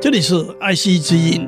这里是爱惜之音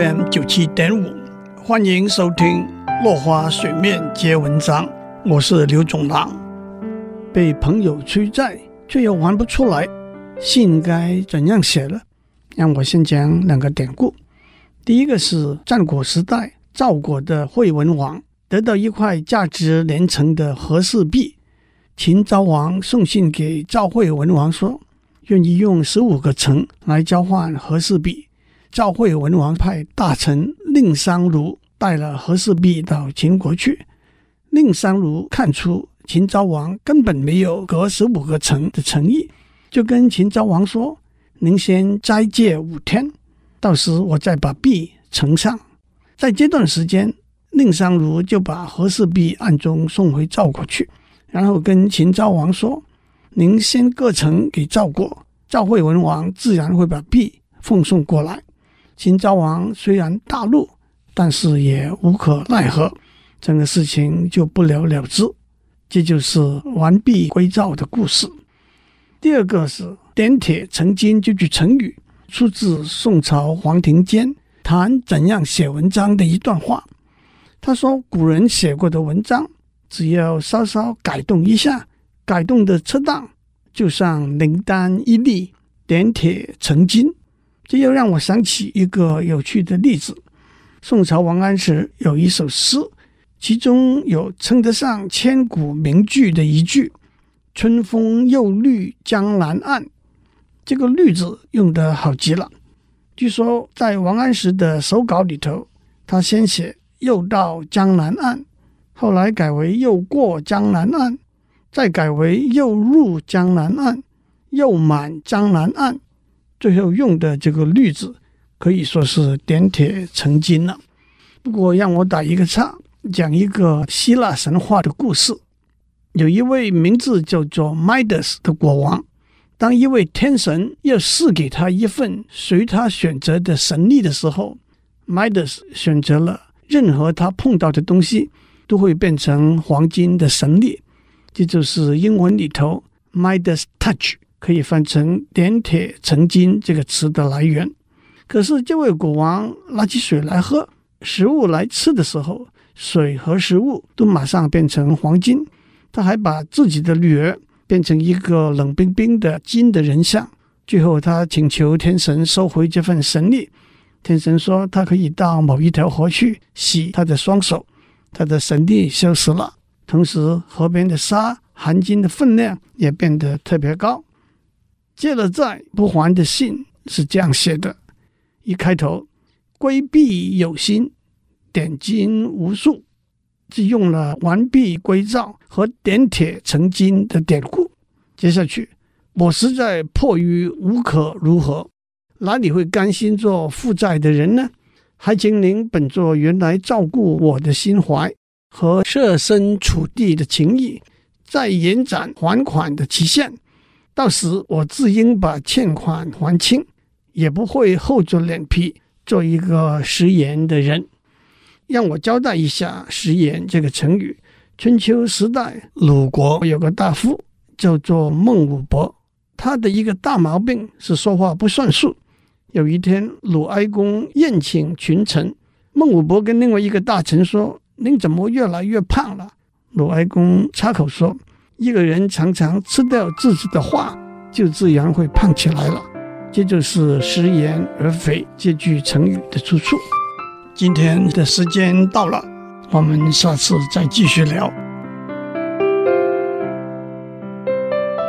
FM97.5， 欢迎收听落花水面皆文章，我是刘总郎。被朋友催债却又还不出来，信该怎样写呢？让我先讲两个典故。第一个是战国时代赵国的惠文王得到一块价值连城的和氏璧，秦昭王送信给赵惠文王说愿意用15个城来交换和氏璧。赵惠文王派大臣令商如带了和氏璧到秦国去。令商如看出秦昭王根本没有隔15个城的诚意，就跟秦昭王说，您先斋戒5天，到时我再把璧呈上。在这段时间，令商如就把和氏璧暗中送回赵国去，然后跟秦昭王说，您先各城给赵国，赵惠文王自然会把璧奉送过来。秦昭王虽然大怒，但是也无可奈何，整个事情就不了了之。这就是完璧归赵的故事。第二个是点铁成金这句成语，出自宋朝黄庭坚谈怎样写文章的一段话。他说，古人写过的文章只要稍稍改动一下，改动的恰当，就像灵丹一粒，点铁成金。这又让我想起一个有趣的例子。宋朝王安石有一首诗，其中有称得上千古名句的一句，春风又绿江南岸。这个绿字用得好极了。据说在王安石的手稿里头，他先写又到江南岸，后来改为又过江南岸，再改为又入江南岸，又满江南岸，最后用的这个绿字可以说是点铁成金了。不过让我打一个岔，讲一个希腊神话的故事。有一位名字叫做 Midas 的国王，当一位天神要赐给他一份随他选择的神力的时候， Midas 选择了任何他碰到的东西都会变成黄金的神力，这就是英文里头 Midas Touch 可以翻成点铁成金这个词的来源。可是这位国王拿起水来喝，食物来吃的时候，水和食物都马上变成黄金。他还把自己的女儿变成一个冷冰冰的金的人像。最后他请求天神收回这份神力，天神说他可以到某一条河去洗他的双手，他的神力消失了，同时河边的沙含金的分量也变得特别高。借了债不还的信是这样写的，一开头归璧有心，点金无数，是用了完璧归赵和点铁成金的典故。接下去，我实在迫于无可如何，哪里会甘心做负债的人呢？还请您本着原来照顾我的心怀和设身处地的情谊，再延展还款的期限，到时我自应把欠款还清，也不会厚着脸皮做一个食言的人。让我交代一下食言这个成语。春秋时代，鲁国有个大夫叫做孟武伯，他的一个大毛病是说话不算数。有一天，鲁哀公宴请群臣，孟武伯跟另外一个大臣说，您怎么越来越胖了？鲁哀公插口说，一个人常常吃掉自己的话，就自然会胖起来了。这就是食言而肥这句成语的出处。今天的时间到了，我们下次再继续聊。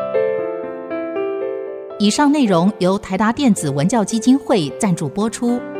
以上内容由台达电子文教基金会赞助播出。